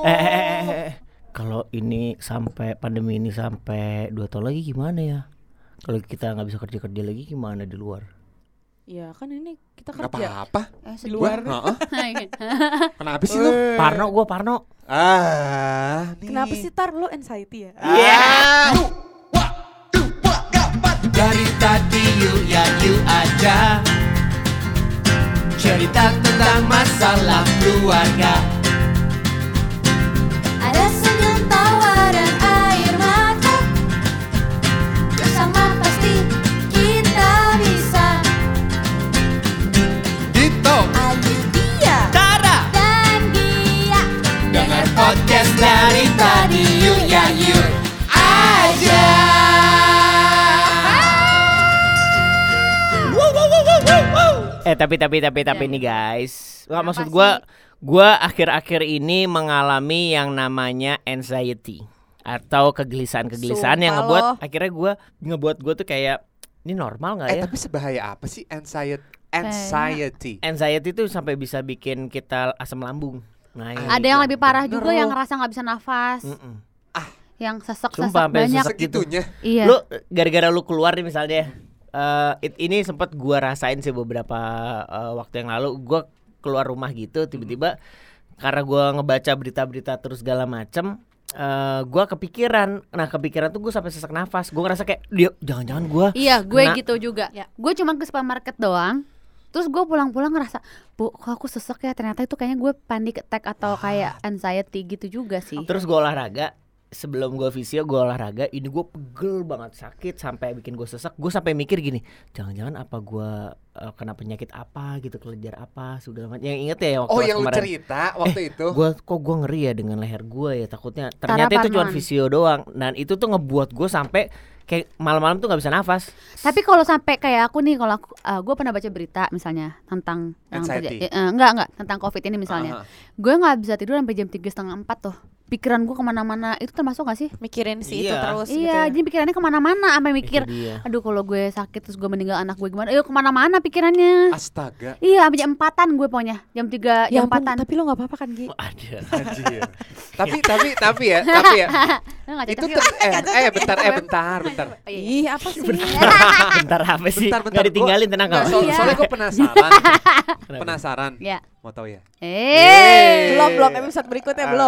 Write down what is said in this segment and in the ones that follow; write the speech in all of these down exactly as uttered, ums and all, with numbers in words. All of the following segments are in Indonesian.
Eh, eh, eh, eh. Kalau ini sampai pandemi ini sampai dua tahun lagi gimana ya? Kalau kita nggak bisa kerja kerja lagi gimana di luar? Ya kan ini kita Gak kerja apa-apa eh, di luar. Heeh. Kenapa sih lu? Parno, gue Parno. Ah, nih. Kenapa sih Tar lu anxiety ya? Iya. Dari tadi you ya you aja, cerita tentang masalah keluarga. Ada senyum tawa dan air mata, bersama pasti kita bisa. Dito, Ayu dia Tara, dan dia, dengar podcast dari tadi you ya you aja. Eh tapi tapi tapi tapi Ya, nih guys, nggak Kenapa maksud sih? gue, gue akhir-akhir ini mengalami yang namanya anxiety atau kegelisahan-kegelisahan yang Sumpah ngebuat loh. akhirnya gue ngebuat gue tuh kayak ini normal nggak Eh ya? tapi sebahaya apa sih anxiety? Anxiety. Anxiety tuh sampai bisa bikin kita asam lambung naik. Ada yang lebih parah juga Bener yang loh. ngerasa nggak bisa nafas, Mm-mm. yang sesek-sesek Sumpah, sampai banyak. sesek gitu. Segitunya. Iya. Lu gara-gara lu keluar nih misalnya, eh, it- ini sempat gua rasain sih beberapa eh, waktu yang lalu. Gua keluar rumah gitu tiba-tiba karena gua ngebaca berita-berita terus segala macem, eh, gua kepikiran. Nah kepikiran tuh gua sampai sesak nafas. Gua ngerasa kayak dia jangan-jangan gua Iya, gue kena- gitu juga. Gue cuma ke supermarket doang. Terus gue pulang-pulang ngerasa, bu, kok aku sesek ya? Ternyata itu kayaknya gue panic attack atau kayak anxiety gitu juga sih. Terus gua olahraga. Sebelum gue visio gue olahraga, ini gue pegel banget, sakit sampai bikin gue sesak. Gue sampai mikir gini, jangan-jangan apa gue uh, kena penyakit apa gitu, kelenjar apa sudah. Yang inget ya waktu Oh pas yang lu kemarin. cerita waktu itu. Gue kok gue ngeri ya dengan leher gue ya, takutnya ternyata itu cuma Parnoan. visio doang. Dan itu tuh ngebuat gue sampai kayak malam-malam tuh nggak bisa nafas. Tapi kalau sampai kayak aku nih, kalau aku, uh, gue pernah baca berita misalnya tentang yang Anxiety. terjadi, eh, enggak enggak tentang COVID ini misalnya, Aha. gue nggak bisa tidur sampai jam tiga setengah empat tuh. Pikiran gue kemana-mana, itu termasuk gak sih? Mikirin si itu Iya. terus gitu Iya, ya. jadi pikirannya kemana-mana, sampai mikir, Itu dia. aduh kalau gue sakit terus gue meninggal anak gue gimana? Ayo kemana-mana pikirannya. Astaga. Iya, sampai jam empatan gue pokoknya, jam tiga, Ya jam ampun, empatan. tapi lo gak apa-apa kan Gi? Oh, ada. Anjir. tapi tapi tapi ya, tapi ya. Nah, nggak itu cocok ter- yuk. eh, eh bentar eh bentar bentar. Oh, iya. Ih apa sih? Bentar apa sih? Bentar, bentar. Gak ditinggalin, Gua- tenang Nggak, kau. soal- Iya. soalnya gue penasaran. Kenapa? penasaran. Ya. Mau tahu ya? Eh. Belum belum episode berikutnya belum.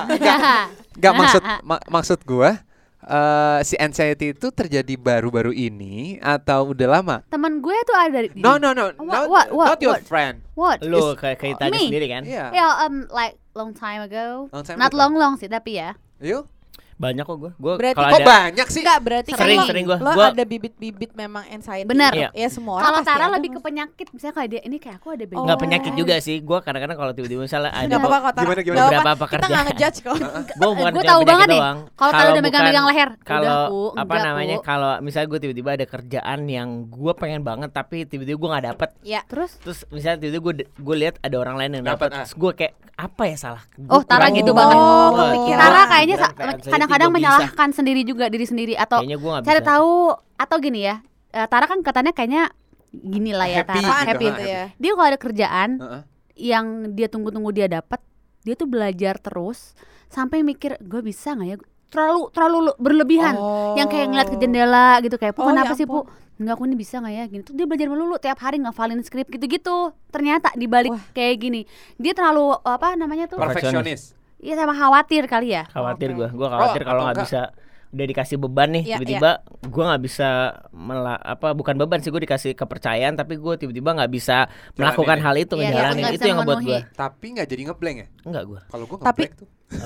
Gak maksud ma- maksud gue eh, si anxiety itu terjadi baru-baru ini atau udah lama? Temen gue tuh ada di No no no, What, not, what, what, not your what? friend. What? Lu kayak kayak tanya Me? sendiri kan? Iya. Ya, um, like long time ago. Long time Not ago. long long sih, tapi ya. Yuk. Banyak kok gue. Gue Berarti kalau Kok ada banyak sih? Enggak berarti kan Sering, lo, sering gua. lo Gua- ada bibit-bibit memang anxiety. Benar. Iya. Ya semua orang Kalau pasti Tara ada, lebih ke Mas. penyakit, misalnya kayak dia ini kayak aku ada Oh. nggak penyakit juga sih. Gue kadang-kadang kalau tiba-tiba misalnya ada Nggak apa-apa kok Tara. Gimana, gimana? Nggak beberapa apa-apa. Kita pekerjaan. nggak ngejudge kok. Gue bukan gue cuma tahu penyakit banget nih. doang. Kalau Tara udah bukan- megang-megang leher, Kalau udah, Bu, apa enggak, namanya? Bu. Kalau misalnya gue tiba-tiba ada kerjaan yang gue pengen banget tapi tiba-tiba gue nggak dapet. Ya. Terus Terus misalnya tiba-tiba gue gue lihat ada orang lain yang Dapet, dapat. ah. Terus gue kayak apa ya salah? Gua Oh, Tara kurang gitu ini. banget. Oh, Gua- kepikiran. Tara kayaknya Beneran sa- kayak anxiety kadang-kadang gua bisa. menyalahkan sendiri juga diri sendiri atau Kayaknya gue nggak cari bisa. tahu atau gini ya. eh, Tara kan katanya kayaknya gini lah ya Happy Tara. gitu, Happy ha, itu ya. Dia kalau ada kerjaan Heeh. yang dia tunggu-tunggu dia dapat, dia tuh belajar terus sampai mikir gue bisa nggak ya, terlalu terlalu lu- berlebihan, Oh. yang kayak ngeliat ke jendela gitu kayak, pu Oh, kenapa ya sih Pu? ampun. Enggak, aku ini bisa nggak ya gitu. Terus dia belajar melulu tiap hari ngafalin skrip gitu-gitu. Ternyata dibalik Wah. kayak gini dia terlalu apa namanya tuh? Perfeksionis. Iya, sama khawatir kali ya. Khawatir Oke. gue, gue khawatir Oh, kalau atau nggak enggak? bisa udah dikasih beban nih Iya, tiba-tiba gue nggak bisa mela apa bukan beban sih, gue dikasih kepercayaan tapi gue tiba-tiba nggak bisa melakukan Jalanin hal itu, Iya, ngejalanin nggak itu bisa yang ngebuat gue memenuhi. Tapi nggak jadi ngeblank ya? enggak gue. Kalau gue Tapi- ngeblank tuh.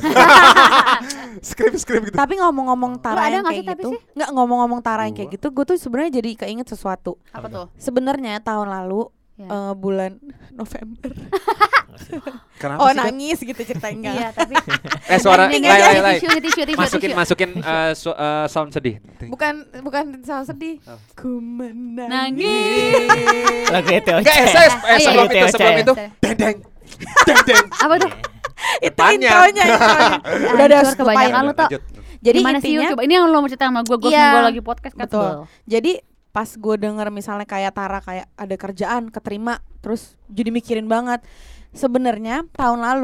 Skrip-skrip gitu. Tapi ngomong-ngomong Tara Lu ada yang nggak kayak sih tapi gitu, sih? nggak ngomong-ngomong Tara yang kayak Gua. gitu, gue tuh sebenarnya jadi keinget sesuatu. Apa tuh? Sebenarnya tahun lalu Ya. eh, bulan November. Kenapa Oh sih, Beb? nangis gitu ceritanya. Iya, tapi Eh suara Ini lay aja, lay lay. tisu, tisu, tisu, Masukin tisu. masukin eh, su- eh, sound sedih. Bukan bukan sama sedih. Oh. Ku menangis. Nangis. Lagu itu Enggak, eh, saya- eh, Oh, iya, sebelum iya. itu sebelum Iya. itu deng deng deng deng. Apa tuh? Itu Depannya. intronya, intronya. Udah udah Hancur, kebanyakan lu tuh. Lanjut. Jadi Gimana sih, intinya Yuk? Coba ini yang lu mau cerita sama gue, gue Iya. gue lagi podcast kan. betul. Jadi pas gue denger misalnya kayak Tara kayak ada kerjaan keterima terus jadi mikirin banget. Sebenarnya tahun lalu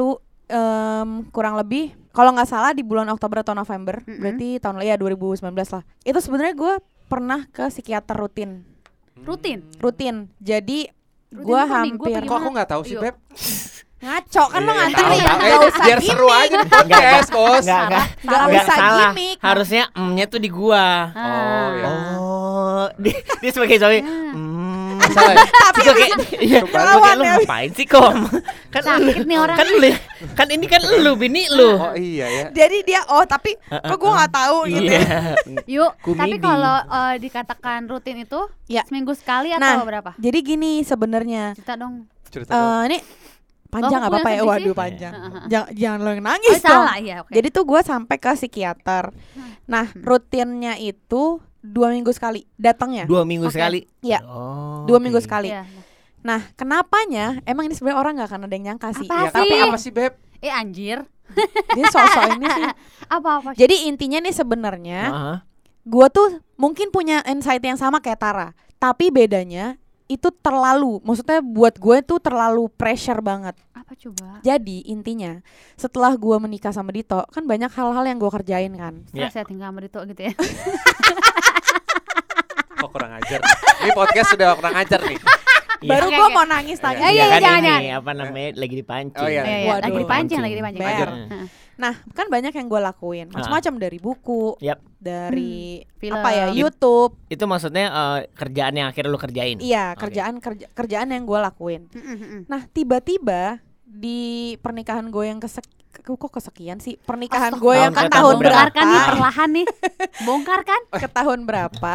em, kurang lebih kalau nggak salah di bulan Oktober atau November, Mm-mm. berarti tahun lalu ya dua ribu sembilan belas lah. Itu sebenarnya gue pernah ke psikiater rutin, Rutin. rutin. Jadi Rutin gue tuh per minggu apa hampir Kok aku nggak tahu sih, Yuk. Beb? ngaco kan lo Iya, nganterin tahu, tahu. nggak Eh, usah biar seru gimmick. aja di podcast, Bos. Enggak, enggak. Nggak Enggak usah salah. gimmick. Harusnya emnya tuh di gua. Ah. Oh, ya. Oh, dia, dia sebagai suami. Ah. Hmm. Salah ya? Tapi kok kayak iya, Coba. gua kayak lu ngapain sih, Kom? Kan lu, Sakit nih orang. kan lu, kan ini kan lu bini lu. Oh iya ya. Jadi dia oh tapi kok gue nggak tahu gitu. Iya. Yuk, Kumidi. tapi kalau eh, dikatakan rutin itu Ya. seminggu sekali atau Nah, berapa? jadi gini sebenarnya. Cerita dong. Cerita dong. Eh ini panjang Oh, apa apa aku ya? yang sedih Waduh sih. panjang. Heeh. Jangan jangan lo yang Oh, nangis dong. salah ya, oke. Jadi tuh gue sampai ke psikiater. Nah rutinnya itu dua minggu sekali datangnya. Dua minggu Oke. sekali. Iya. Oh, Dua oke. minggu sekali. Iya. Nah kenapanya? Emang ini sebenarnya orang nggak akan ada yang nyangka sih. Apa Ya, sih? tapi apa sih, Beb? Eh anjir. Dia sok-sok ini sih. Apa-apa? Jadi intinya nih sebenarnya Heeh. gue tuh mungkin punya anxiety yang sama kayak Tara. Tapi bedanya itu terlalu, maksudnya buat gue tuh terlalu pressure banget. Apa coba? Jadi intinya setelah gue menikah sama Dito kan banyak hal-hal yang gue kerjain kan. Ya. Terus saya tinggal sama Dito gitu ya. Kok kurang ajar nih. Ini podcast sudah kurang ajar nih. Iya. Baru Oke, gue oke. mau nangis tanya. Iya, Iya iya, kan jangan, ini jangan. apa namanya lagi dipancing. Oh, iya. Iya, iya. Waduh. Lagi dipancing, lagi dipancing. Ber. Heeh. Nah kan banyak yang gue lakuin, macam-macam dari buku, Yap. dari Film. apa ya It- YouTube. Itu maksudnya eh, kerjaan yang akhirnya lu kerjain. Iya Oke. kerjaan kerja kerjaan yang gue lakuin. Mm-mm, mm-mm. Nah tiba-tiba di pernikahan gue yang kesek kok kesekian sih pernikahan gue yang Tahun ke ke tahun tahun berapa? Bongkar kan nih berapa perlahan nih. Bongkar kan? ke tahun berapa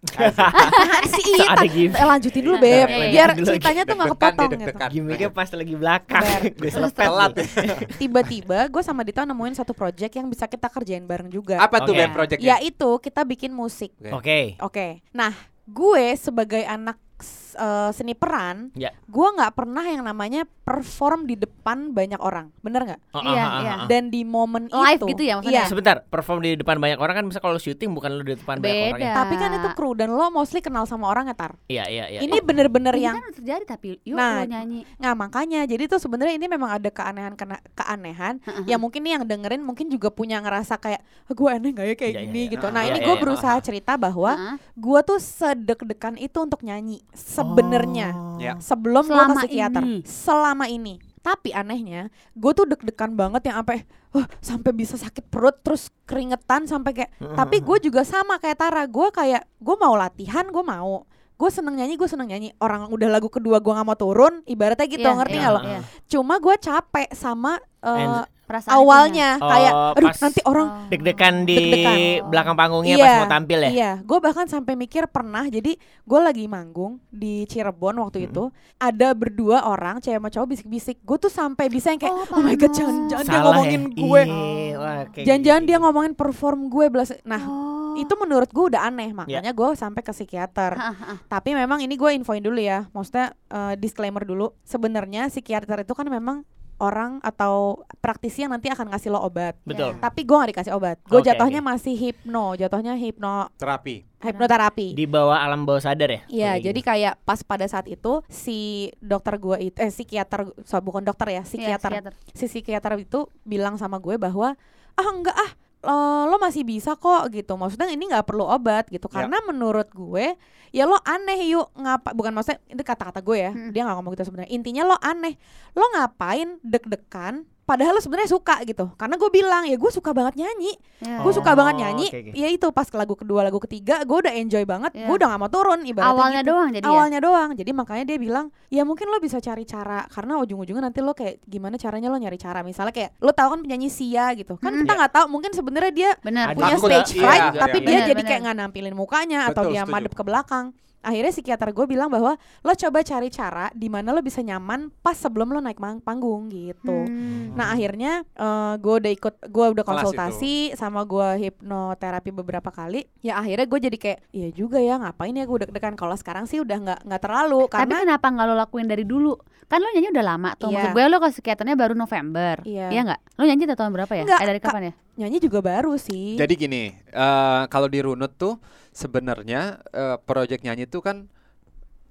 si So, Iya ada ta- gimmick. eh, lanjutin dulu beb Iya, iya, biar iya. ceritanya tuh nggak Deg-degan kepotong nih, gitu. deg-degan. Gimiknya pas lagi belakang. Ber. Gue Terus telat. Tiba-tiba gue sama Dito nemuin satu project yang bisa kita kerjain bareng juga. Apa tuh, Oke. Beb, projectnya? Yaitu kita bikin musik. Oke. Oke. Oke. Nah, gue sebagai anak s- eh, seni peran, Ya. gue nggak pernah yang namanya perform di depan banyak orang, bener nggak? Oh, Iya, ah, ah, iya. ah. Dan di momen Live itu, gitu ya maksudnya? Iya. Sebentar, perform di depan banyak orang kan bisa kalau syuting bukan lu di depan banyak orang Beda. ya. Tapi kan itu kru dan lo mostly kenal sama orang ya Tar. Iya, iya, iya. Ini bener-bener Ini yang kan udah terjadi tapi yuk Nah, lo nyanyi. nggak makanya. Jadi tuh sebenarnya ini memang ada keanehan kena keanehan. Ya mungkin nih yang dengerin mungkin juga punya ngerasa kayak gue aneh nggak ya kayak Iya, gini iya, gitu. iya. Nah Iya, ini iya, gue iya. berusaha cerita bahwa Heeh. gue tuh sedek-dekan itu untuk nyanyi sebenarnya. Oh. Ya. Sebelum gue ke Selama psikiater ini. selama ini. Tapi anehnya, gue tuh deg-degan banget yang sampai, wah sampai bisa sakit perut, terus keringetan sampai kayak. Tapi gue juga sama kayak Tara, gue kayak gue mau latihan, gue mau, gue seneng nyanyi, gue seneng nyanyi. Orang udah lagu kedua gue nggak mau turun, ibaratnya gitu, Iya, ngerti iya, nggak lo? iya. Cuma gue capek sama uh, And- Perasaan awalnya, Oh, kayak, aduh pas- nanti orang. Oh. Deg-degan di Deg-degan. belakang panggungnya Iya, pas mau tampil ya. Iya, gue bahkan sampai mikir pernah. Jadi gue lagi manggung di Cirebon waktu Hmm. itu, ada berdua orang cewek sama cowok bisik-bisik. Gue tuh sampai bisa yang kayak, Oh, oh, my god, panas. jangan-jangan dia Salah ngomongin ya? gue, Iya, wah, kayak jangan-jangan gitu. dia ngomongin perform gue belas. Nah, Oh. itu menurut gue udah aneh, Ya. makanya gue sampai ke psikiater. Ah, ah, ah. Tapi memang ini gue infoin dulu ya, maksudnya eh, disclaimer dulu. Sebenarnya psikiater itu kan memang orang atau praktisi yang nanti akan ngasih lo obat. Betul. Tapi gue gak dikasih obat. Gue Oke, jatuhnya oke. masih hipno, jatuhnya hipno Terapi. hipnoterapi. Di bawah alam bawah sadar ya. Iya, Kayak jadi gitu. kayak pas pada saat itu si dokter gua itu eh psikiater, so, bukan dokter ya, Iya, psikiater. psikiater. Si psikiater itu bilang sama gue bahwa ah enggak ah lo, lo masih bisa kok gitu. Maksudnya ini nggak perlu obat gitu. Ya. Karena menurut gue ya lo aneh yuk ngapa bukan maksudnya itu kata-kata gue ya. Hmm. Dia nggak ngomong gitu sebenarnya. Intinya lo aneh. Lo ngapain deg-degan padahal lo sebenarnya suka gitu. Karena gue bilang ya gue suka banget nyanyi. Iya. Gue suka Oh, banget nyanyi. oke, oke. Ya itu pas ke lagu kedua, lagu ketiga gue udah enjoy banget. Iya. Gue udah gak mau turun ibaratnya Awalnya gitu. doang jadi ya? Awalnya doang. Jadi makanya dia bilang, ya mungkin lo bisa cari cara karena ujung-ujungnya nanti lo kayak gimana caranya lo nyari cara. Misalnya kayak lo tahu kan penyanyi Sia gitu. Kan Mm-mm. kita nggak tahu mungkin sebenarnya dia Benar. Ada punya takut, stage iya, fright iya, tapi iya. dia Benar, jadi benar. kayak nggak nampilin mukanya atau Betul, dia setuju. madep ke belakang. Akhirnya psikiater gue bilang bahwa lo coba cari cara di mana lo bisa nyaman pas sebelum lo naik mang- panggung gitu. Hmm. Nah akhirnya eh, gue udah ikut, gue udah Kelas konsultasi sama gue hipnoterapi beberapa kali. Ya akhirnya gue jadi kayak, iya juga ya ngapain ya gue deg-degan. Kalau sekarang sih udah nggak nggak terlalu Tapi karena kenapa nggak lo lakuin dari dulu? Kan lo nyanyi udah lama tuh. Iya. Maksud gue lo ke psikiaternya baru November. Iya. Iya nggak? Lo nyanyi dari tahun berapa ya? Nggak, eh dari Kak. kapan ya? nyanyi juga baru sih. Jadi gini, eh, kalau di runut tuh sebenarnya eh, project nyanyi tuh kan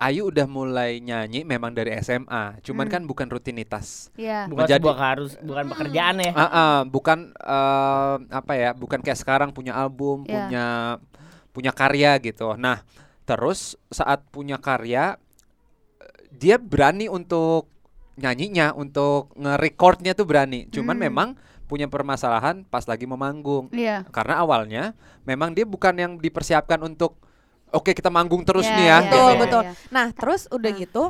Ayu udah mulai nyanyi memang dari S M A, cuman Hmm. kan bukan rutinitas. Iya. Bukan Menjadi- sebuah harus bukan pekerjaan ya. Ah, ah, bukan eh, apa ya, bukan kayak sekarang punya album, Iya. punya punya karya gitu. Nah, terus saat punya karya eh, dia berani untuk nyanyinya, untuk nge-recordnya tuh berani. Cuman Hmm. memang punya permasalahan pas lagi memanggung. Iya. Karena awalnya memang dia bukan yang dipersiapkan untuk oke kita manggung terus Iya, nih ya. iya, Betul, gitu. iya, betul. iya. Nah, terus udah Ah. gitu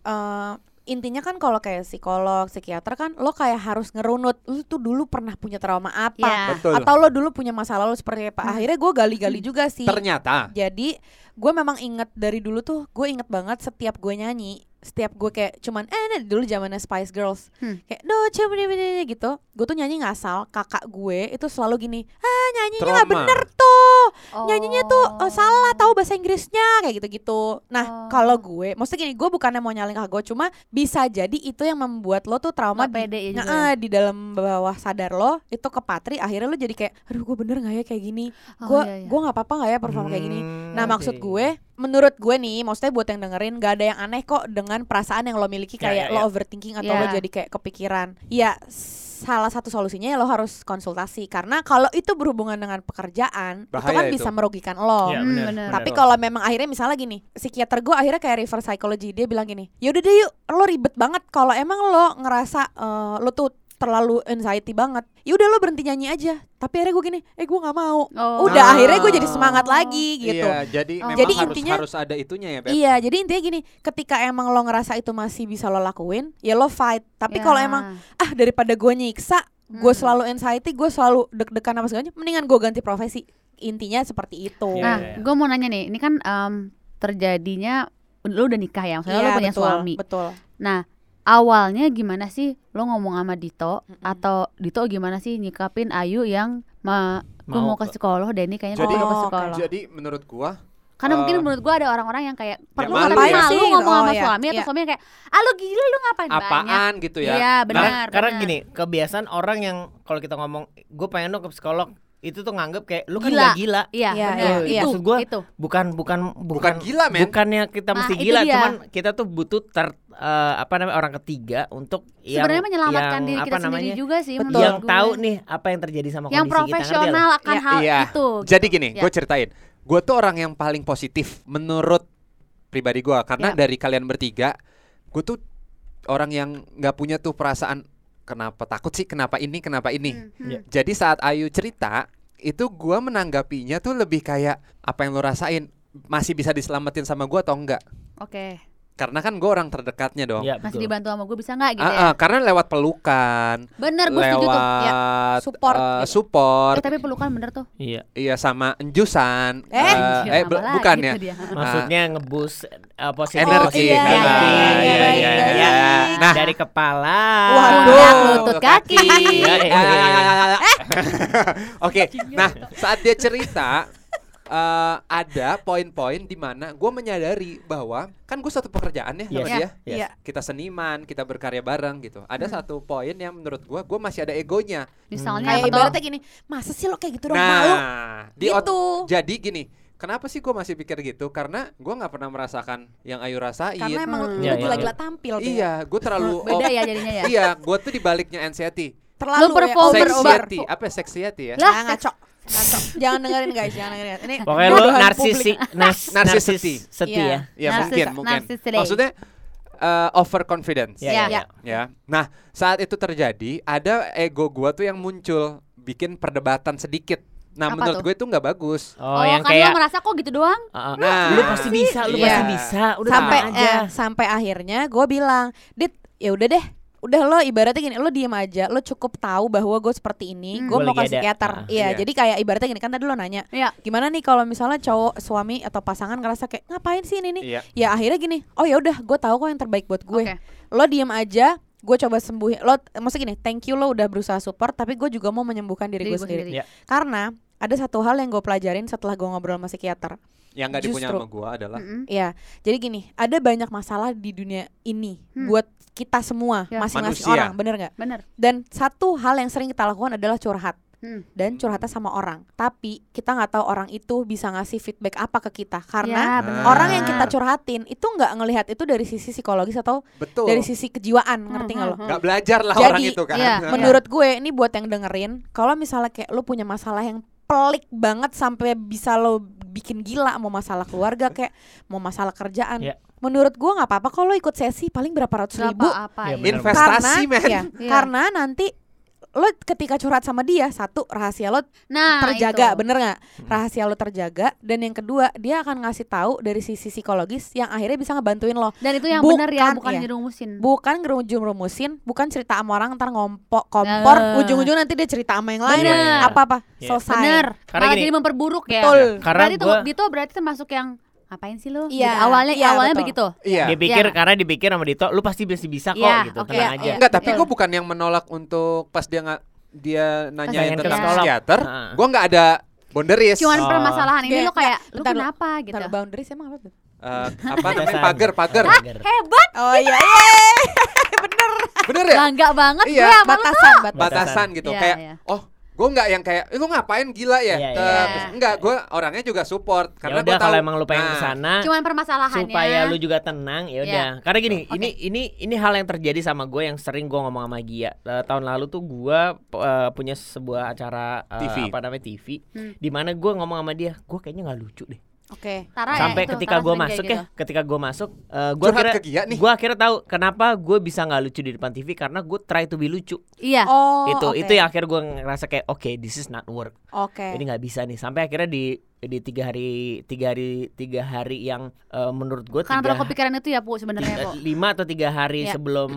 eh intinya kan kalau kayak psikolog, psikiater kan lo kayak harus ngerunut lu tuh dulu pernah punya trauma apa Iya. Betul. atau lo dulu punya masa lalu seperti apa. Hmm. Akhirnya gue gali-gali juga sih. Ternyata Jadi gue memang inget dari dulu tuh, gue inget banget setiap gue nyanyi, setiap gue kayak cuman eh ini dulu zamannya Spice Girls, Hmm. kayak do coba ini ini gitu, gue tuh nyanyi ngasal. Kakak gue itu selalu gini, ah nyanyinya nggak Trauma. bener tuh, Oh. nyanyinya tuh eh, salah, tahu bahasa Inggrisnya kayak gitu-gitu. Nah Oh. kalau gue, maksudnya gini, gue bukannya mau nyalin kakak gue, cuma bisa jadi itu yang membuat lo tuh trauma Nggak pede ya juga Nah, di dalam bawah sadar lo itu kepatri. Akhirnya lo jadi kayak, aduh gue bener nggak ya kayak gini, Oh, gue iya, iya. gue nggak apa-apa nggak ya perform kayak gini. Hmm, Nah maksud oke. gue, menurut gue nih, maksudnya buat yang dengerin, gak ada yang aneh kok dengan perasaan yang lo miliki Ya, kayak ya, lo ya. overthinking atau Ya. lo jadi kayak kepikiran. Ya salah satu solusinya ya lo harus konsultasi, karena kalau itu berhubungan dengan pekerjaan itu Bahaya kan itu. bisa merugikan lo. Iya, Hmm, bener, bener. bener. Tapi kalau memang akhirnya misalnya gini, psikiater gue akhirnya kayak reverse psychology, dia bilang gini, yaudah deh yuk, lo ribet banget kalau emang lo ngerasa eh, lo tuh terlalu anxiety banget, yaudah lo berhenti nyanyi aja. Tapi akhirnya gue gini, eh gue nggak mau. Oh. Udah Ah. akhirnya gue jadi semangat lagi gitu. Iya, jadi Oh. memang Jadi harus intinya- harus ada itunya ya, Beb. Iya, jadi intinya gini, ketika emang lo ngerasa itu masih bisa lo lakuin, ya lo fight. Tapi Ya. kalau emang ah daripada gue nyiksa, gue Hmm. selalu anxiety, gue selalu deg-degan apa segalanya, mendingan gue ganti profesi. Intinya seperti itu. Iya, Nah, iya, iya. gue mau nanya nih, ini kan em, terjadinya lu udah nikah ya, maksudnya Iya, lu punya betul, suami. betul. Nah, awalnya gimana sih lo ngomong sama Dito Mm-mm. atau Dito gimana sih nyikapin Ayu yang ma gue Mau mau ke ke- psikolog, Denny kayaknya Jadi- gue mau ke Oh, oke. psikolog. Jadi menurut gua Karena mungkin eh, menurut gue ada orang-orang yang kayak perlu malu tapi ya. malu Sih, ngomong oh, sama iya, suami atau iya. suaminya kayak, ah lu gila lu ngapain banyak. apaan gitu ya. Iya Nah, benar. karena benar. gini, kebiasaan orang yang kalau kita ngomong gue pengen dong ke psikolog, itu tuh nganggep kayak lu kan Gila. gak gila. Iya, Iya, benar. iya, Itu, iya. Maksud gua, itu. Bukan bukan Bukan gila, men. Bukannya kita Nah, mesti itu gila, dia. cuman kita tuh butuh ter eh, apa namanya orang ketiga untuk yang Sebenarnya menyelamatkan yang, diri apa kita sendiri namanya, juga sih Betul. menurut yang gue. tahu nih apa yang terjadi sama yang kondisi kita. ngerti profesional nggak? akan Iya. hal Iya. itu. Jadi gitu. gini, Ya. gue ceritain. Gue tuh orang yang paling positif menurut pribadi gue, karena Ya. dari kalian bertiga, gue tuh orang yang nggak punya tuh perasaan kenapa takut sih, kenapa ini, kenapa ini. Hmm, hmm. Iya. Jadi saat Ayu cerita, itu gue menanggapinya tuh lebih kayak apa yang lo rasain masih bisa diselamatin sama gue atau enggak? Oke. Karena kan gue orang terdekatnya dong. Iya, Masih betul. dibantu sama gue bisa nggak gitu Ah, ya? ah, karena lewat pelukan, Bener, gue setuju tuh. Ya. lewat Support eh, gitu. support, Eh, tapi pelukan bener tuh. Iya. iya sama enjusan. Eh, Anjir, eh apa be- lagi bukan tuh ya. dia. Maksudnya ngebus uh, positif Energi. iya, Ah, iya, iya, iya, baik, iya, baik. iya. Nah, dari kepala. Waduh. Pundak, lutut, kaki. Iya, iya, iya. Oke, nah saat dia cerita eh, ada poin-poin di mana gue menyadari bahwa kan gue satu pekerjaan ya sama Yes. dia. Yes. Iya. Kita seniman, kita berkarya bareng gitu. Ada Hmm. satu poin yang menurut gue, gue masih ada egonya. Misalnya Kayak apa tuh? ibaratnya gini, masa sih lo kayak gitu dong, malu? Nah, di ot- Gitu. jadi gini. Kenapa sih gue masih pikir gitu? Karena gue nggak pernah merasakan yang Ayu rasain. Karena emang Hmm. lo Iya, iya, gila-gila tampil Beb. Iya, gue terlalu Beda op- ya jadinya ya. Iya, gue tuh di baliknya anxiety. Terlalu Lo perform ya, over- over. Sexiety, apa ya, sexiety ya? Lah, Nah, ngaco. Ngaco. Jangan dengerin guys, jangan dengerin. Ini Pokoknya lu bodohan narsisi, publik. nas, Narsis narsis seti. seti Iya. ya. Ya Narsis- mungkin, mungkin. narcissistic. Maksudnya uh, overconfidence. Iya, Ya. iya. Ya. Nah, saat itu terjadi, ada ego gua tuh yang muncul, bikin perdebatan sedikit. Nah, Apa menurut tuh? gue itu nggak bagus. Oh, Oh, yang kan kayak lo ngerasa kok gitu doang? uh, uh, Nah. lu pasti bisa, lu Iya. pasti bisa. Udah sampai tenang aja. eh, sampai akhirnya gue bilang, Dit, ya udah deh, udah lo ibaratnya gini, lo diem aja, lo cukup tahu bahwa gue seperti ini, Hmm. gue Gua mau lagi ke ada. psikiater. Ah, Iya, iya. jadi kayak ibaratnya gini, kan tadi lo nanya, Iya. gimana nih kalau misalnya cowok suami atau pasangan ngerasa kayak ngapain sih ini nih? Iya. Ya akhirnya gini, oh ya udah, gue tahu kok yang terbaik buat gue. Oke. Lo diem aja, gue coba sembuhin. Lo, maksudnya gini, thank you lo udah berusaha support, tapi gue juga mau menyembuhkan diri, Diri gue gua sendiri. sendiri. Iya. Karena ada satu hal yang gue pelajarin setelah gue ngobrol sama psikiater. Yang nggak dipunya Justru. sama gua adalah Mm-mm. Iya, jadi gini, ada banyak masalah di dunia ini Hmm. buat kita semua, Ya. masing-masing Manusia. orang, bener nggak? Bener. Dan satu hal yang sering kita lakukan adalah curhat. Hmm. dan curhatnya sama orang. Tapi kita nggak tahu orang itu bisa ngasih feedback apa ke kita karena Ya, benar. orang yang kita curhatin itu nggak ngelihat itu dari sisi psikologis atau Betul. dari sisi kejiwaan, ngerti nggak lo? hmm, Nggak belajar lah Jadi, orang itu kan. iya, Menurut gue ini buat yang dengerin, kalau misalnya kayak lo punya masalah yang pelik banget sampai bisa lo bikin gila, mau masalah keluarga kayak mau masalah kerjaan. Ya. Menurut gue nggak apa-apa kalau ikut sesi paling berapa ratus Berapa ribu. apa Ya, ya? benar. Investasi, men. ya, Iya. karena nanti lo ketika curhat sama dia, satu rahasia lo Nah, terjaga, itu. bener nggak? Rahasia lo terjaga, dan yang kedua dia akan ngasih tahu dari sisi psikologis yang akhirnya bisa ngebantuin lo. Dan itu yang Bukan, benar ya, bukan iya. dirumusin. Bukan ngerujum-rumusin, bukan cerita sama orang ntar ngompok kompor, Nah. ujung-ujung nanti dia cerita sama yang lain. Bener. Apa-apa, Iya. selesai. Bener. Karena Malah gini- jadi memperburuk ya. Betul. Karena berarti gua- tuh Dito berarti termasuk yang ngapain sih lu? Iya, Gitu. Awalnya iya, awalnya betul. begitu. Iya. Dipikir Iya. karena dipikir sama Dito, lu pasti bisa bisa kok Iya, gitu, oke, tenang iya, aja. iya. Enggak, tapi Betul. gue bukan yang menolak untuk pas dia nggak dia nanyain Pengen ke tentang psikolog. psikiater, Heeh. gue nggak ada boundaries. Cuman Oh. permasalahan ini Kayak, lu kayak nggak, lu bentar, kenapa gitu. Ntar boundaries emang apa tuh? Eh, apa namanya Batasan. pagar pagar. Pagar. Hebat. Oh iya, iya. Bener ya? Bangga banget Iya, gue sama lu. Batasan, batasan. Batasan gitu Iya, kayak iya. oh gue nggak yang kayak eh, lu ngapain gila ya. Iya, Ke- iya. Enggak, gue orangnya juga support Ya karena gue udah tahu kalau emang lu pengen Nah, kesana Cuman permasalahannya supaya lu juga tenang, ya udah. Iya. Karena gini, Oke. ini ini ini hal yang terjadi sama gue yang sering gue ngomong sama Gia. Eh, tahun lalu tuh gue eh, punya sebuah acara eh, T V. apa namanya T V, Hmm. di mana gue ngomong sama dia, gue kayaknya nggak lucu deh. Oke. Tara ya, Sampai itu, ketika Tara gue sering kayak masuk gitu. ya, ketika gue masuk, uh, gue Curhat kira, ke Gia nih. gue akhirnya tahu kenapa gue bisa nggak lucu di depan T V karena gue try to be lucu. Iya. Oh, itu oke. itu yang akhirnya gue ngerasa kayak oke, this is not work. Oke. Ini nggak bisa nih. Sampai akhirnya di di tiga hari tiga hari tiga hari yang uh, menurut gue Karena tiga terlalu kepikiran itu ya, Bu, sebenarnya, tiga- Bu. lima atau tiga hari Iya. sebelum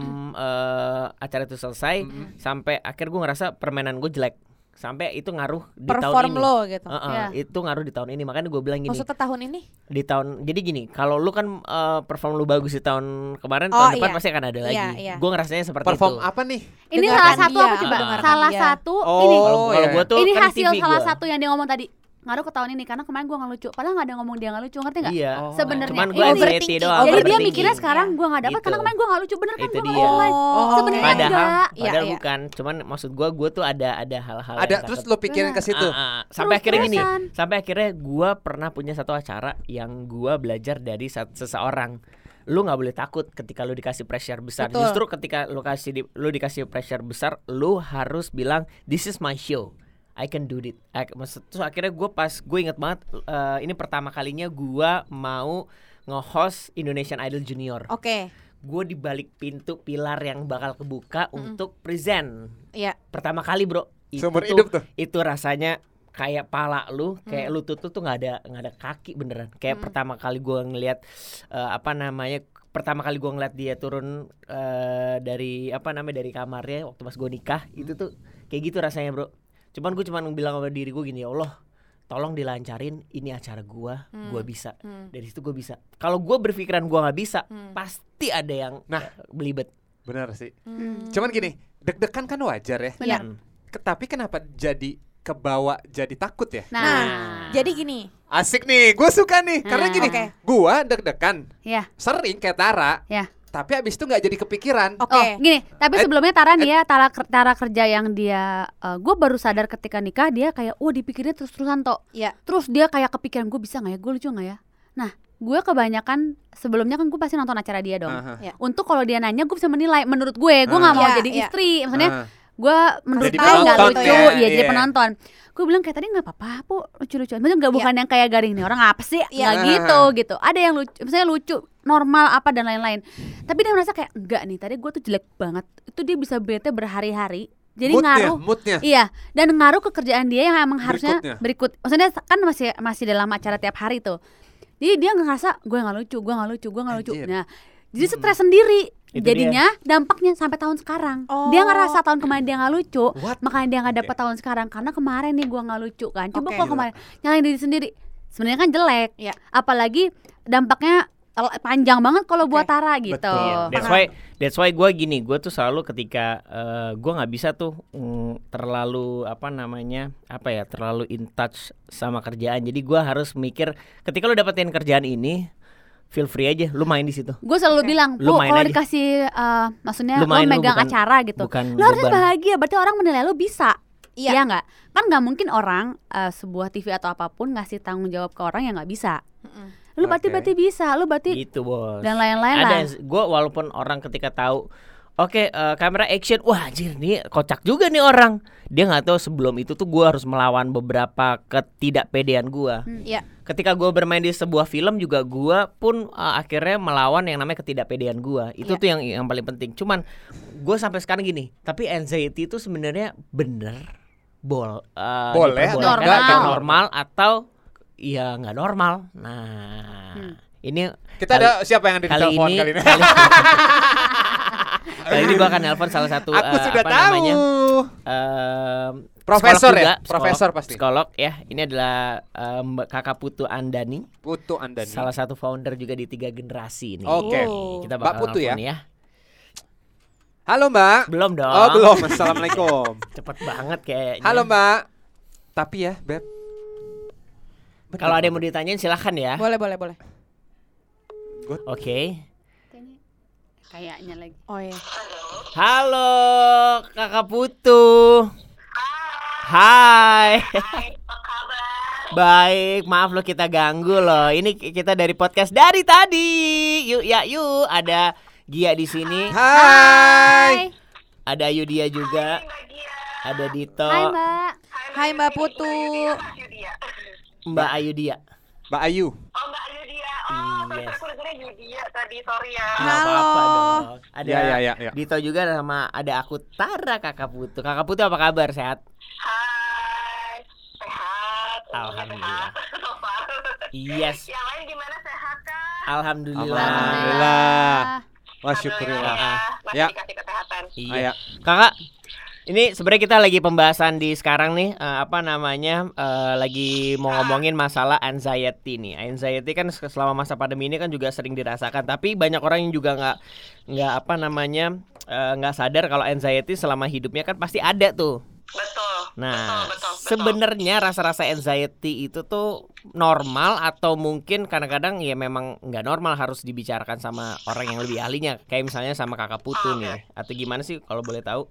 uh, acara itu selesai, sampai akhir gue ngerasa permainan gue jelek. Sampai itu ngaruh di tahun Perform ini. lo gitu. Uh-uh, Iya. Itu ngaruh di tahun ini. Makanya gue bilang gini, Maksudnya tahun ini? di tahun jadi gini, kalau lu kan uh, perform lu bagus di tahun kemarin, Oh, tahun depan iya. pasti akan ada lagi. Iya, iya. Gue ngerasanya seperti perform itu. apa nih? Ini Dengarkan salah satu dia, apa coba? dengarkan Salah dia. satu Oh, ini. Kalau kalau iya. gue tuh Ini kan hasil T V salah gua. satu yang dia ngomong tadi. Ngaruh ke tahun ini karena kemarin gue nggak lucu. Padahal nggak ada ngomong dia nggak lucu, ngerti nggak? Iya. Oh. Sebenarnya Cuman ini gue anxiety overthinking. doang. Jadi dia overthinking. mikirnya sekarang Iya. gue nggak dapat Gitu. karena kemarin gue nggak lucu, bener kan Itu gue dia. nggak online. Oh, Sebenarnya Padahal, enggak. Iya, padahal iya. bukan. Cuman maksud gue, gue tuh ada ada hal-hal. Ada yang terus takut. lo pikirin ke situ. Ah, ah. Sampai akhirnya gini, Terus-terusan. sampai akhirnya gue pernah punya satu acara yang gue belajar dari sa- seseorang. Lu nggak boleh takut ketika lu dikasih pressure besar. Betul. Justru ketika lu kasih di, lu dikasih pressure besar, lu harus bilang this is my show. I can do it. I, maksud, terus akhirnya gue pas gue inget banget eh, ini pertama kalinya gue mau nge-host Indonesian Idol Junior. Oke. Gue di balik pintu pilar yang bakal kebuka untuk present. Iya. Pertama kali, bro. Itu Seumur tuh- hidup tuh. Itu rasanya kayak pala lu, kayak lutut lu tuh nggak ada nggak ada kaki beneran. Kayak pertama kali gue ngelihat eh, apa namanya pertama kali gue ngeliat dia turun eh, dari apa namanya dari kamarnya waktu pas gue nikah, itu tuh kayak gitu rasanya, bro. Cuman gue cuman bilang sama diri gue gini, ya Allah, tolong dilancarin, ini acara gue, gue bisa. Dari situ gue bisa. Kalau gue berpikiran gue nggak bisa, pasti ada yang Nah. eh, belibet. Benar sih. Hmm. Cuman gini, deg-degan kan wajar ya. Iya. Hmm. Ke- Tapi kenapa jadi kebawa jadi takut ya? Nah, Nah, jadi gini. Asik nih, gue suka nih. Karena Nah. gini, Oke. gue deg-degan ya, sering kayak Tara, ya. tapi abis itu nggak jadi kepikiran. Oke. Oh, gini, tapi Eh, sebelumnya Tara nih ya, Tara ker- Tara kerja yang dia gue baru sadar ketika nikah dia kayak, "Wah, dipikirnya terus-terusan toh." Iya. Terus dia kayak kepikiran, gue bisa nggak ya, gue lucu nggak ya. Nah, gue kebanyakan sebelumnya kan gue pasti nonton acara dia dong. Aha. Ya. Untuk kalau dia nanya, gue bisa menilai. Menurut gue, gue nggak Ah. mau Iya, jadi iya. istri. Maksudnya, Ah. gue menurut Jadi gue nggak penonton lucu. ya, Iya, jadi iya. penonton. Gue bilang kayak tadi nggak apa-apa, Bu, lucu-lucuan. Maksudnya nggak bukan yang kayak garing nih orang apa sih? Iya. Nggak gitu gitu. Ada yang lucu, misalnya lucu, normal apa dan lain-lain. Tapi dia merasa kayak enggak nih. Tadi gue tuh jelek banget. Itu dia bisa bete berhari-hari. Jadi Moodnya, ngaruh. moodnya. Iya, dan ngaruh ke kerjaan dia yang emang harusnya Berikutnya. berikut. Maksudnya kan masih masih dalam acara tiap hari tuh. Jadi dia ngerasa gue nggak lucu, gue nggak lucu, gue nggak lucu. Anjir. Nah, jadi stres sendiri. Itu Jadinya dampaknya sampai tahun sekarang. Oh. Dia ngerasa tahun kemarin dia nggak lucu, What? makanya dia nggak Oke. dapet tahun sekarang karena kemarin nih gue nggak lucu kan. Coba Oke. kok kemarin nyalain diri sendiri. Sebenarnya kan jelek. Iya. Apalagi dampaknya tel- panjang banget kalau buat Oke. Tara gitu. Betul. Iya, that's why that's why gue gini, gue tuh selalu ketika uh, gue nggak bisa tuh mm, terlalu apa namanya apa ya terlalu in touch sama kerjaan. Jadi gue harus mikir ketika lu dapetin kerjaan ini, feel free aja, lu main di situ. Gue selalu bilang, Lu Bu, main kalau aja. dikasih uh, maksudnya Lu lo main, lu megang bukan- acara gitu, bukan lo harus beban. bahagia. Berarti orang menilai lo bisa. Iya. Iya nggak? Kan nggak mungkin orang uh, sebuah T V atau apapun ngasih tanggung jawab ke orang yang nggak bisa. Mm-mm. Lu berarti Oke. berarti bisa, lu berarti Gitu bos. dan lain-lain Ada lah. yang gue walaupun orang ketika tahu oke eh, kamera action, wah anjir nih kocak juga nih orang. Dia nggak tahu sebelum itu tuh gue harus melawan beberapa ketidakpedean gue. Iya. Ketika gue bermain di sebuah film juga gue pun uh, akhirnya melawan yang namanya ketidakpedean gue. Itu Iya. tuh yang yang paling penting. Cuman gue sampai sekarang gini, tapi anxiety itu sebenarnya bener bol uh, Boleh atau diperbolehkan enggak, atau gitu. normal atau ya nggak normal. Nah Hmm. ini Kita kali- ada siapa yang ada di kali telepon ini kali ini? kali, kali ini gue akan nelpon salah satu Aku uh, sudah apa tahu. namanya um, Profesor psikolog ya? juga, Profesor psikolog, pasti. psikolog ya. Ini adalah um, Mbak Kakak Putu Andani, Putu Anda nih. salah satu founder juga di Tiga Generasi ini. Oke. Oh. Kita Mbak bakal Putu ya? nelpon ya. Halo Mbak. Belum dong. Oh belum. Assalamualaikum. Cepet banget kayaknya. Halo Mbak. Tapi ya Beb. Kalau ada yang mau ditanyain silahkan ya. Boleh, boleh, boleh. Oke. Kayaknya kayaknya lagi. Oh iya. Halo Kakak Putu. Hai. Baik, maaf lo kita ganggu loh. Ini kita dari podcast dari tadi. Yuk ya yuk, ada Gia di sini, Hai. ada Yudia juga, ada Dito, Hai Mbak. Hai Mbak Putu. Mbak Ayudia. Mbak Ayu. Oh Mbak Yudia, oh sorry, Yes. aku dengernya Yudia tadi, sorry ya. Nggak Halo. apa-apa dong. Ada Ya, ya, ya, ya. Dito juga sama ada aku Tara Kakak Putu. Kakak Putu apa kabar? Sehat? Hai, sehat. Alhamdulillah. Sehat. Yes. Yang lain gimana, sehat kan? Alhamdulillah. Alhamdulillah. Wah syukurillah. Alhamdulillah ya, masih Ya. dikasih kesehatan. Iya. Aya. Kakak, ini sebenarnya kita lagi pembahasan di sekarang nih eh, apa namanya eh, lagi mau ngomongin masalah anxiety nih. Anxiety kan selama masa pandemi ini kan juga sering dirasakan, tapi banyak orang yang juga nggak nggak apa namanya eh, nggak sadar kalau anxiety selama hidupnya kan pasti ada tuh. Betul. Nah, betul, betul, betul. sebenarnya rasa-rasa anxiety itu tuh normal atau mungkin kadang-kadang ya memang nggak normal, harus dibicarakan sama orang yang lebih ahlinya, kayak misalnya sama Kakak Putu Oke. nih, atau gimana sih kalau boleh tahu?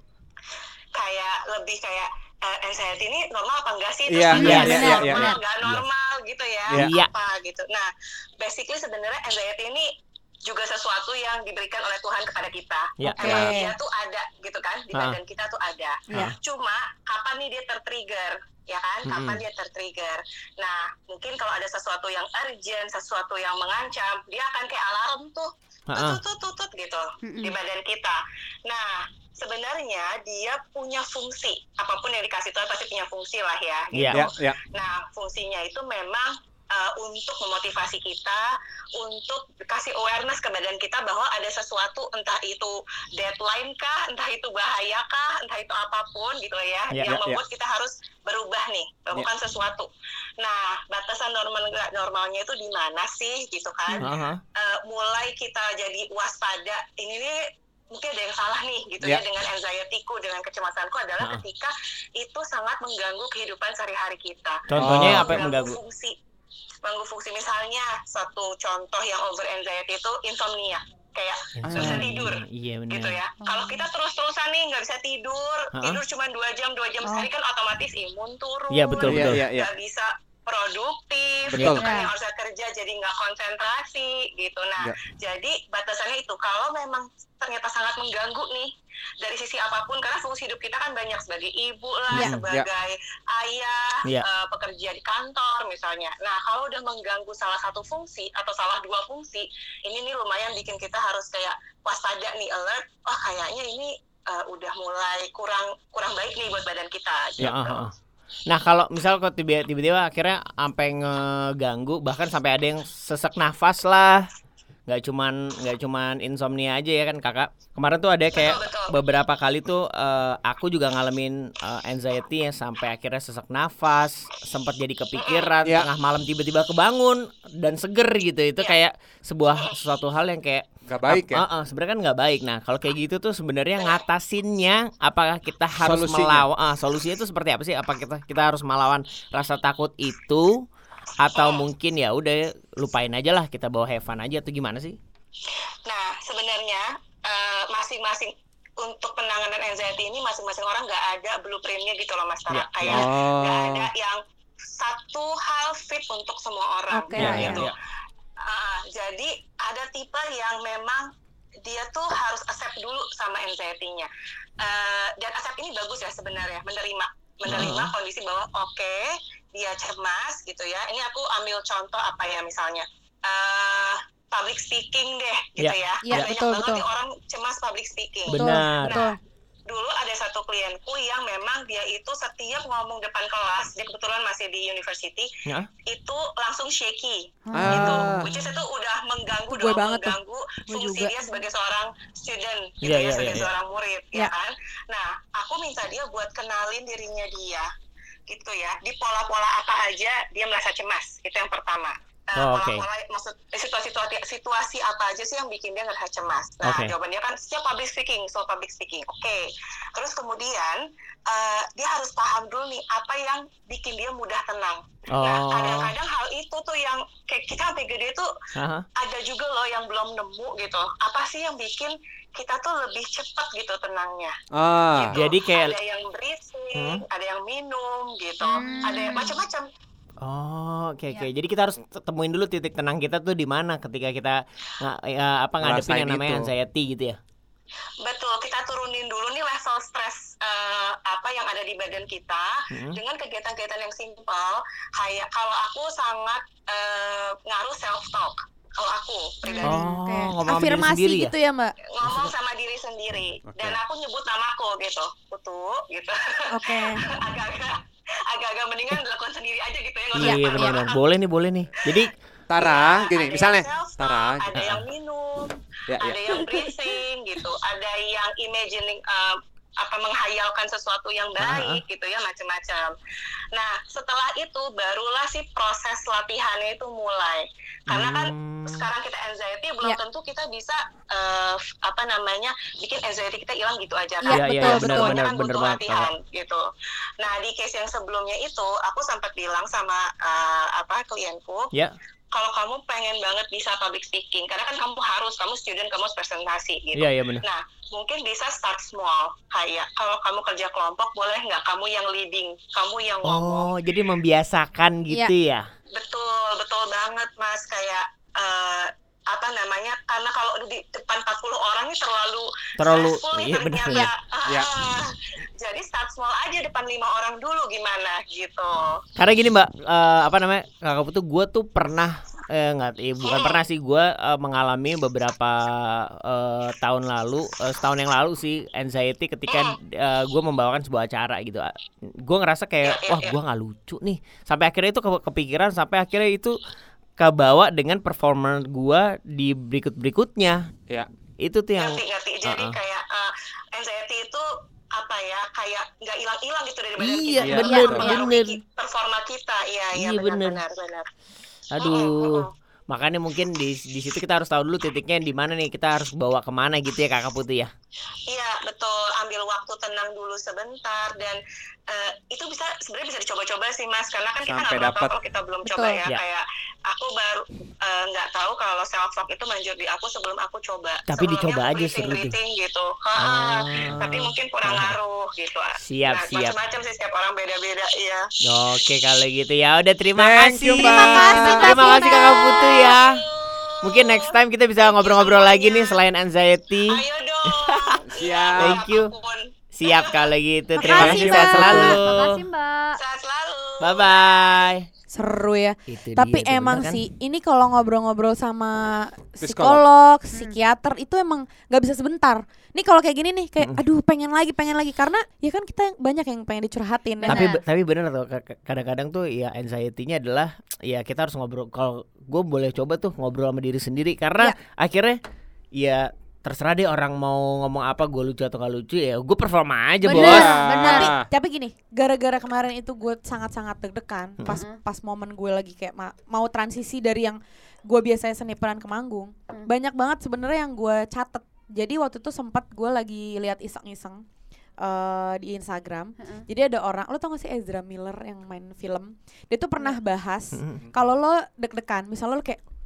Kayak lebih kayak eh, anxiety ini normal apa enggak sih? Iya, Terus iya, benar, iya, normal, iya, iya. nggak normal gitu ya? Iya. Apa gitu. Nah, basically sebenarnya anxiety ini juga sesuatu yang diberikan oleh Tuhan kepada kita. Ya. Oke. Emang dia tuh ada gitu kan, di Ah. badan kita tuh ada. Iya. Cuma kapan nih dia tertrigger, ya kan? Kapan Mm-mm. dia tertrigger. Nah, mungkin kalau ada sesuatu yang urgent, sesuatu yang mengancam, dia akan kayak alarm tuh, Ha-ha. tutut tutut gitu Mm-mm. di badan kita. Nah, sebenarnya dia punya fungsi. Apapun yang dikasih Tuhan pasti punya fungsi lah ya. Iya. Gitu. Ya, ya. Nah, fungsinya itu memang uh, untuk memotivasi kita, untuk kasih awareness ke badan kita bahwa ada sesuatu, entah itu deadline kah, entah itu bahaya kah, entah itu apapun gitu ya, Ya, yang ya, membuat kita harus berubah nih, melakukan sesuatu. Nah, batasan normal nggak normalnya itu di mana sih gitu kan? Ha-ha. Uh, mulai kita jadi waspada, ini nih mungkin ada yang salah nih gitu ya, Ya. dengan anxiety-ku, dengan kecemasanku adalah Ha-ha. ketika itu sangat mengganggu kehidupan sehari-hari kita. Contohnya Oh. apa yang mengganggu? fungsi mengganggu fungsi misalnya satu contoh yang over anxiety itu insomnia, kayak susah tidur Iya benar. gitu ya. Kalau kita terus-terusan nih nggak bisa tidur, Ha-ha. tidur cuma dua jam dua jam Oh. sehari kan otomatis imun turun, Iya, betul, Iya, betul. iya, iya. nggak bisa produktif, Betul. gitu kan, Ya. yang harusnya kerja jadi nggak konsentrasi gitu. Nah, Ya. jadi batasannya itu kalau memang ternyata sangat mengganggu nih dari sisi apapun, karena fungsi hidup kita kan banyak, sebagai ibu lah, Ya. sebagai ayah, Ya. eh, pekerja di kantor misalnya. Nah, kalau udah mengganggu salah satu fungsi atau salah dua fungsi, ini nih lumayan bikin kita harus kayak waspada nih, alert. Oh, kayaknya ini eh, udah mulai kurang kurang baik nih buat badan kita. Gitu. Ya, ah, ah. Nah kalau misal kok tiba- tiba-tiba akhirnya sampai ngeganggu, bahkan sampai ada yang sesak nafas lah, nggak cuman nggak cuman insomnia aja ya kan kakak. Kemarin tuh ada kayak Betul, betul. beberapa kali tuh eh, aku juga ngalamin eh, anxiety yang sampai akhirnya sesak nafas, sempat jadi kepikiran, Ya. tengah malam tiba-tiba kebangun dan seger gitu. Itu Ya. kayak sebuah suatu hal yang kayak Nggak baik ya. Ah, ah, sebenarnya kan nggak baik. Nah kalau kayak gitu tuh sebenarnya ngatasinnya, apakah kita harus Solusinya. melawan? Ah, solusinya itu seperti apa sih? Apa kita kita harus melawan rasa takut itu, atau mungkin ya udah lupain aja lah, kita bawa have fun aja, atau gimana sih? Nah, sebenarnya eh, masing-masing untuk penanganan anxiety ini masing-masing orang nggak ada blueprintnya gitu loh Mas Tara. Ya. Kayak nggak Oh. ada yang satu hal fit untuk semua orang Oke, Ya, gitu. ya, ya. Ah, jadi ada tipe yang memang dia tuh harus accept dulu sama anxiety-nya. Uh, dan accept ini bagus ya sebenarnya, menerima menerima Uh-huh. kondisi bahwa oke dia cemas gitu ya. Ini aku ambil contoh apa ya misalnya uh, public speaking deh gitu Ya. ya. Ya, Banyak betul, banget betul. nih orang cemas public speaking. Benar. Betul. Dulu ada satu klienku yang memang dia itu setiap ngomong depan kelas, dia kebetulan masih di university, Ya. itu langsung shaky Ah. gitu. Which is itu udah mengganggu Gue dong, banget tuh. mengganggu Gue fungsi juga. dia sebagai seorang student gitu Iya, ya, iya, sebagai iya, iya. seorang murid Iya. ya kan. Nah, aku minta dia buat kenalin dirinya dia gitu ya. Di pola-pola apa aja dia merasa cemas. Itu yang pertama. Uh, Oh, oke. pola-pola maksud eh, situasi-situasi situasi apa aja sih yang bikin dia ngerasa cemas. Nah, Oke. jawabannya kan setiap public speaking, so public speaking. Oke. Terus kemudian uh, dia harus paham dulu nih apa yang bikin dia mudah tenang. Nah, Oh. kadang-kadang hal itu tuh yang kayak kita sampai gede tuh Aha. ada juga loh yang belum nemu gitu. Apa sih yang bikin kita tuh lebih cepat gitu tenangnya? Ah. Gitu. Jadi kayak- ada yang breathing, Hmm. ada yang minum gitu, Hmm. ada yang macam-macam. Oh, oke oke. Ya. Jadi kita harus temuin dulu titik tenang kita tuh di mana ketika kita nggak ya, apa ngadepin Ngerasain yang namanya itu. anxiety gitu ya. Betul, kita turunin dulu nih level stres eh, apa yang ada di badan kita Mhm. dengan kegiatan-kegiatan yang simpel. Kayak kalau aku sangat eh, ngaruh self talk. Kalau aku pribadi Oh, Kayak ngomong sama diri afirmasi sendiri ya? gitu ya, Mbak. ngomong sama diri sendiri Oke. dan aku nyebut namaku gitu, Putu gitu. Oke. agak-agak agak-agak mendingan dilakukan sendiri aja gitu ya. nggak Iya, usah iya pakai benar-benar. Boleh nih, boleh nih. Jadi Tara, Ada gini, yang misalnya self-talk, Tara, ada yang minum, ya, ada ya. yang breathing gitu, ada yang imagining uh, apa menghayalkan sesuatu yang baik gitu ya, macam-macam. Nah, setelah itu barulah si proses latihannya itu mulai. Karena kan Hmm. sekarang kita anxiety belum Iya. tentu kita bisa uh, apa namanya bikin anxiety kita hilang gitu aja kan. Iya, iya, betul, iya, betul. benar, Semuanya benar, kan benar butuh banget. latihan gitu. Nah, di case yang sebelumnya itu aku sempat bilang sama uh, apa klienku, Ya. kalau kamu pengen banget bisa public speaking, karena kan kamu harus, kamu student, kamu harus presentasi gitu. Iya, iya benar. Nah, mungkin bisa start small. Kayak kalau kamu kerja kelompok, boleh nggak kamu yang leading, kamu yang ngomong. Oh, jadi membiasakan gitu ya. Betul, betul banget Mas. Kayak eh, apa namanya? Karena kalau di depan empat puluh orang ini terlalu Terlalu stressful nih iya benar. ternyata. Ya. Ah, Iya. ah. Jadi start small aja depan lima orang dulu gimana gitu. Karena gini Mbak, eh, apa namanya? Kakak Putu, gue tuh pernah eh nggak, eh, bukan pernah sih, gue eh, mengalami beberapa eh, tahun lalu, eh, setahun yang lalu sih anxiety ketika eh, gue membawakan sebuah acara gitu. Gue ngerasa kayak, Iya, iya, wah iya. gue nggak lucu nih. Sampai akhirnya itu ke- kepikiran, sampai akhirnya itu kebawa dengan performance gue di berikut berikutnya. Ya. Itu tuh yang Ngerti-ngerti. Jadi Uh-uh. kayak eh, anxiety itu apa ya, kayak nggak hilang-hilang gitu dari badan Iya, kita. Iya, bener, Mempengaruhi bener. ki- performa kita. Iya, iya, Iya, bener. benar, benar, benar. Aduh, makanya mungkin di di situ kita harus tahu dulu titiknya di mana nih, kita harus bawa kemana gitu ya Kakak Putih ya. Iya, betul. Ambil waktu tenang dulu sebentar dan eh, itu bisa sebenarnya bisa dicoba-coba sih Mas, karena kan kita Sampai nggak tahu dapet. kalau kita belum Betul. coba ya. Ya. Kayak aku baru eh, nggak tahu kalau self talk itu manjur di aku sebelum aku coba. Tapi Sebelumnya dicoba aku aja sih, breathing, berarti. breathing gitu. Ha, Ah. Tapi mungkin kurang ngaruh gitu. Siap, Nah, siap. macam-macam sih, setiap orang beda-beda. Iya. Oke kalau gitu ya udah, terima Thank kasih. you, Mbak. Terima kasih, Kak Terima kasih Vina. Kakak Putih ya. Mungkin next time kita bisa ngobrol-ngobrol lagi nih selain anxiety. Ayo dong. Siap. Thank you. Apapun. Siap kalau gitu. Terima Makasih, kasih, sehat Mbak. selalu. Makasih Mbak. Sehat selalu. Bye bye. Seru ya. Itu Tapi dia tuh, emang bener kan? sih ini kalau ngobrol-ngobrol sama Psikolog. psikolog, psikiater itu emang nggak bisa sebentar. Nih kalau kayak gini nih kayak aduh pengen lagi, pengen lagi karena ya kan kita banyak yang pengen dicurhatin. ya. Tapi Benar. tapi bener tuh ka- kadang-kadang tuh ya anxiety-nya adalah ya kita harus ngobrol. Kalau gue boleh coba tuh ngobrol sama diri sendiri karena Iya. akhirnya ya terserah deh orang mau ngomong apa, gue lucu atau gak lucu, ya gue performa aja Bener, bos. bener. Tapi, tapi gini, gara-gara kemarin itu gue sangat-sangat deg-degan pas Mhm. pas momen gue lagi kayak ma- mau transisi dari yang gue biasanya seni peran ke manggung. Hmm. Banyak banget sebenarnya yang gue catet. Jadi waktu itu sempat gue lagi lihat iseng-iseng eh, di Instagram. Heeh. Jadi ada orang, lo tau gak sih Ezra Miller yang main film? Dia tuh pernah bahas Mhm. kalau lo deg-degan, misalnya lo kayak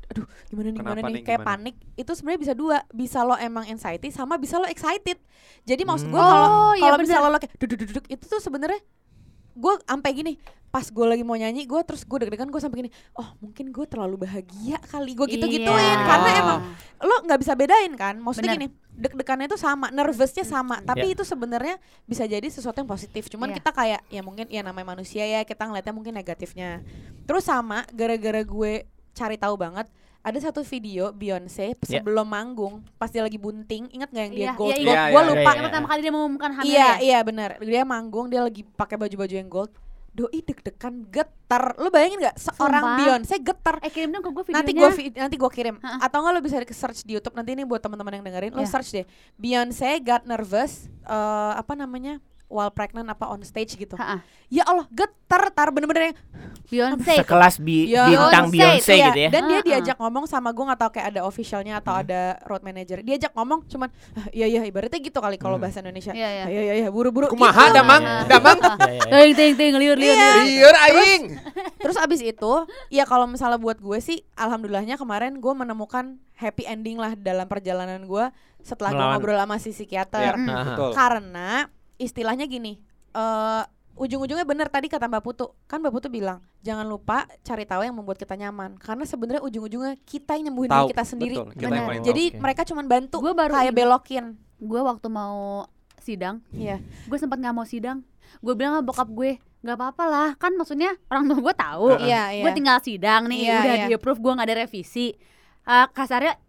aduh gimana nih gimana Kenapa nih nih, kayak gimana? panik. Itu sebenarnya bisa dua, bisa lo emang anxiety sama bisa lo excited. Jadi maksud gue Hmm. kalau Oh, iya kalau bener. misalnya lo kayak duduk-duduk itu tuh sebenarnya gue sampai gini, pas gue lagi mau nyanyi gue terus gue deg-degan, gue sampai gini, oh mungkin gue terlalu bahagia kali, gue gitu-gituin Iya. karena Oh. emang lo nggak bisa bedain kan, maksudnya Bener. gini deg-degannya itu sama, nervousnya sama, tapi Iya. itu sebenarnya bisa jadi sesuatu yang positif, cuman Iya. kita kayak ya mungkin ya namanya manusia ya, kita ngeliatnya mungkin negatifnya. Terus sama gara-gara gue cari tahu banget, ada satu video Beyonce Iya. sebelum manggung pas dia lagi bunting, ingat nggak yang dia Iya, gold iya, gold, iya. gue Iya, lupa. iya, Yang pertama kali dia mengumumkan hamil Iya, ya. iya benar. Dia manggung, dia lagi pakai baju-baju yang gold. Doi deg-degan getar. Lu bayangin nggak seorang Sumpah. Beyonce getar? Eh kirim dong ke gue videonya. Nanti gue nanti gue kirim. Ha-ha. Atau nggak lu bisa di- search di YouTube, nanti ini buat teman-teman yang dengerin, lu Iya. search deh. Beyonce got nervous eh, apa namanya? while pregnant apa on stage gitu. Ha-ha. Ya Allah, getar tar bener-bener yang Beyonce. Sekelas bi- Ya. bintang Beyonce, Beyonce iya. gitu ya. Dan dia Ha-ha. diajak ngomong sama gue, nggak tahu kayak ada officialnya atau ada road manager. Diajak ngomong cuman "Ah, iya iya ibaratnya gitu kali kalau bahasa Indonesia. Iya, iya. Iya iya iya buru-buru. Kumaha gitu. damang, damang. Iya, iya. Ting ting ting liur liur. Iya. liur. Liur aing. Terus abis itu, ya kalau misalnya buat gue sih, alhamdulillahnya kemarin gue menemukan happy ending lah dalam perjalanan gue setelah gue Melawan. ngobrol sama si psikiater. Iya, Hmm. betul. Karena istilahnya gini, eh ujung-ujungnya bener tadi kata Mbak Putu, kan Mbak Putu bilang jangan lupa cari tahu yang membuat kita nyaman, karena sebenarnya ujung-ujungnya kita yang nyembuhin Tahu, diri kita sendiri. betul, kita yang Benar. paling tahu. Jadi Oke. mereka cuma bantu, Gue baru kayak ingat. belokin. Gue waktu mau sidang, Iya. gue sempat nggak mau sidang. Gue bilang sama bokap gue, nggak apa-apa lah, kan maksudnya orang tua gue tahu. Iya, iya. Gue tinggal sidang nih, Iya, udah iya. di approve, gue nggak ada revisi. Eh, kasarnya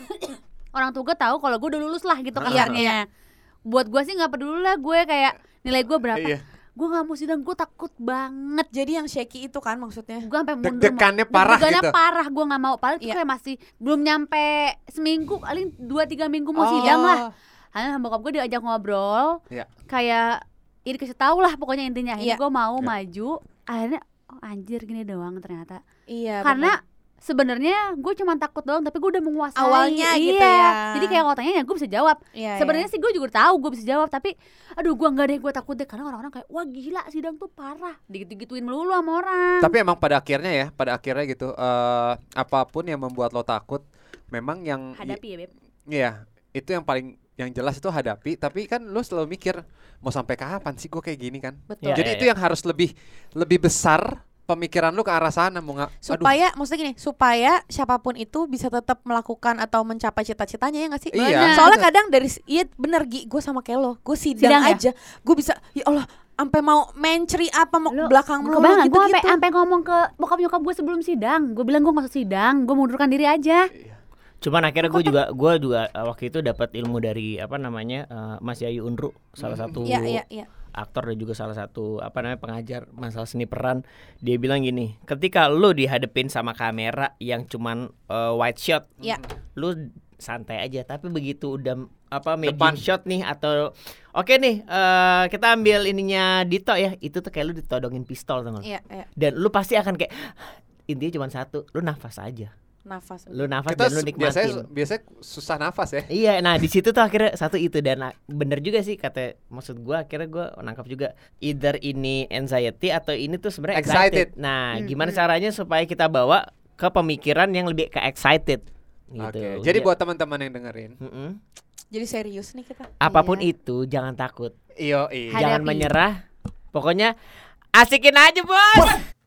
orang tua gue tahu kalau gue udah lulus lah gitu Iya, kasarnya. Buat gue sih nggak peduli lah, gue kayak nilai gue berapa. Iya. Gue nggak mau sidang, gue takut banget. Jadi yang shaky itu kan maksudnya. Gue sampai mundur. Deg-degannya parah Deg-degannya gitu. parah, gue nggak mau. Padahal itu Iya. kayak masih belum nyampe seminggu, paling dua tiga minggu mau Oh. sidang lah. Akhirnya sama bokap gue diajak ngobrol, Iya. kayak ini kasih tahu lah pokoknya intinya. Akhirnya Iya. gue mau Iya. maju. Akhirnya oh anjir gini doang ternyata. Iya. Karena sebenarnya gue cuma takut doang, tapi gue udah menguasai. Awalnya iya. gitu ya. Jadi kayak kalau tanya ya gue bisa jawab. Iya, Sebenarnya iya. sih gue juga tahu gue bisa jawab, tapi aduh gue nggak deh, gue takut deh karena orang-orang kayak wah gila sidang tuh parah, digitu-gituin melulu sama orang. Tapi emang pada akhirnya ya, pada akhirnya gitu, eh apapun yang membuat lo takut, memang yang hadapi ya beb. Iya, itu yang paling yang jelas itu hadapi. Tapi kan lo selalu mikir mau sampai kapan sih gue kayak gini kan? Betul. Iya, Jadi iya, itu iya. yang harus lebih lebih besar pemikiran lu ke arah sana, mau nggak? Aduh, Supaya maksudnya gini, supaya siapapun itu bisa tetap melakukan atau mencapai cita-citanya ya nggak sih? Iya. Soalnya kadang dari iya bener Gi, gue sama kayak lo, gue sidang, Sidang ya? aja, gue bisa ya Allah sampai mau mencri apa mau ke Lu- belakang Gue lu banget, gitu gue sampai gitu. sampai ngomong ke bokap nyokap gue sebelum sidang. Gue bilang gue nggak usah sidang, gue mundurkan diri aja. Cuman akhirnya gue juga gue juga uh, waktu itu dapat ilmu dari apa namanya uh, Mas Yayu Unru, salah satu Iya iya iya. aktor dan juga salah satu apa namanya pengajar masalah seni peran. Dia bilang gini, ketika lu dihadepin sama kamera yang cuman uh, wide shot, Iya. lu santai aja. Tapi begitu udah apa medium Depan. shot nih atau oke nih uh, kita ambil ininya Dito ya, itu tuh kayak lu ditodongin pistol tau gak? Iya iya. Dan lu pasti akan kayak intinya cuma satu, lu nafas aja. Nafas. Lu nafas kita dan lu su- nikmatin. biasanya biasanya susah nafas ya. Iya, nah di situ tuh akhirnya satu itu dan ah, bener juga sih kata maksud gua akhirnya gua nangkap juga either ini anxiety atau ini tuh sebenarnya excited. Excited. Nah, Hmm, gimana hmm. caranya supaya kita bawa ke pemikiran yang lebih ke excited gitu. Oke. Jadi Ja- buat teman-teman yang dengerin, Mm-mm. Jadi serius nih kita. apapun Iya. itu jangan takut, iyo iya. Hadapi. jangan menyerah. Pokoknya asikin aja, Bos.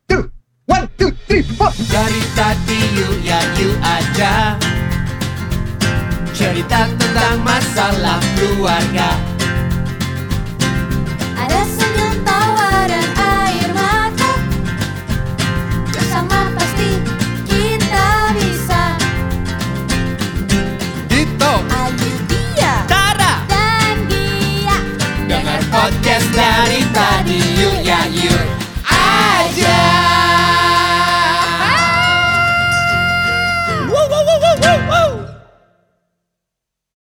One, two, three, four. Dari tadi yuk ya yuk aja cerita tentang masalah keluarga.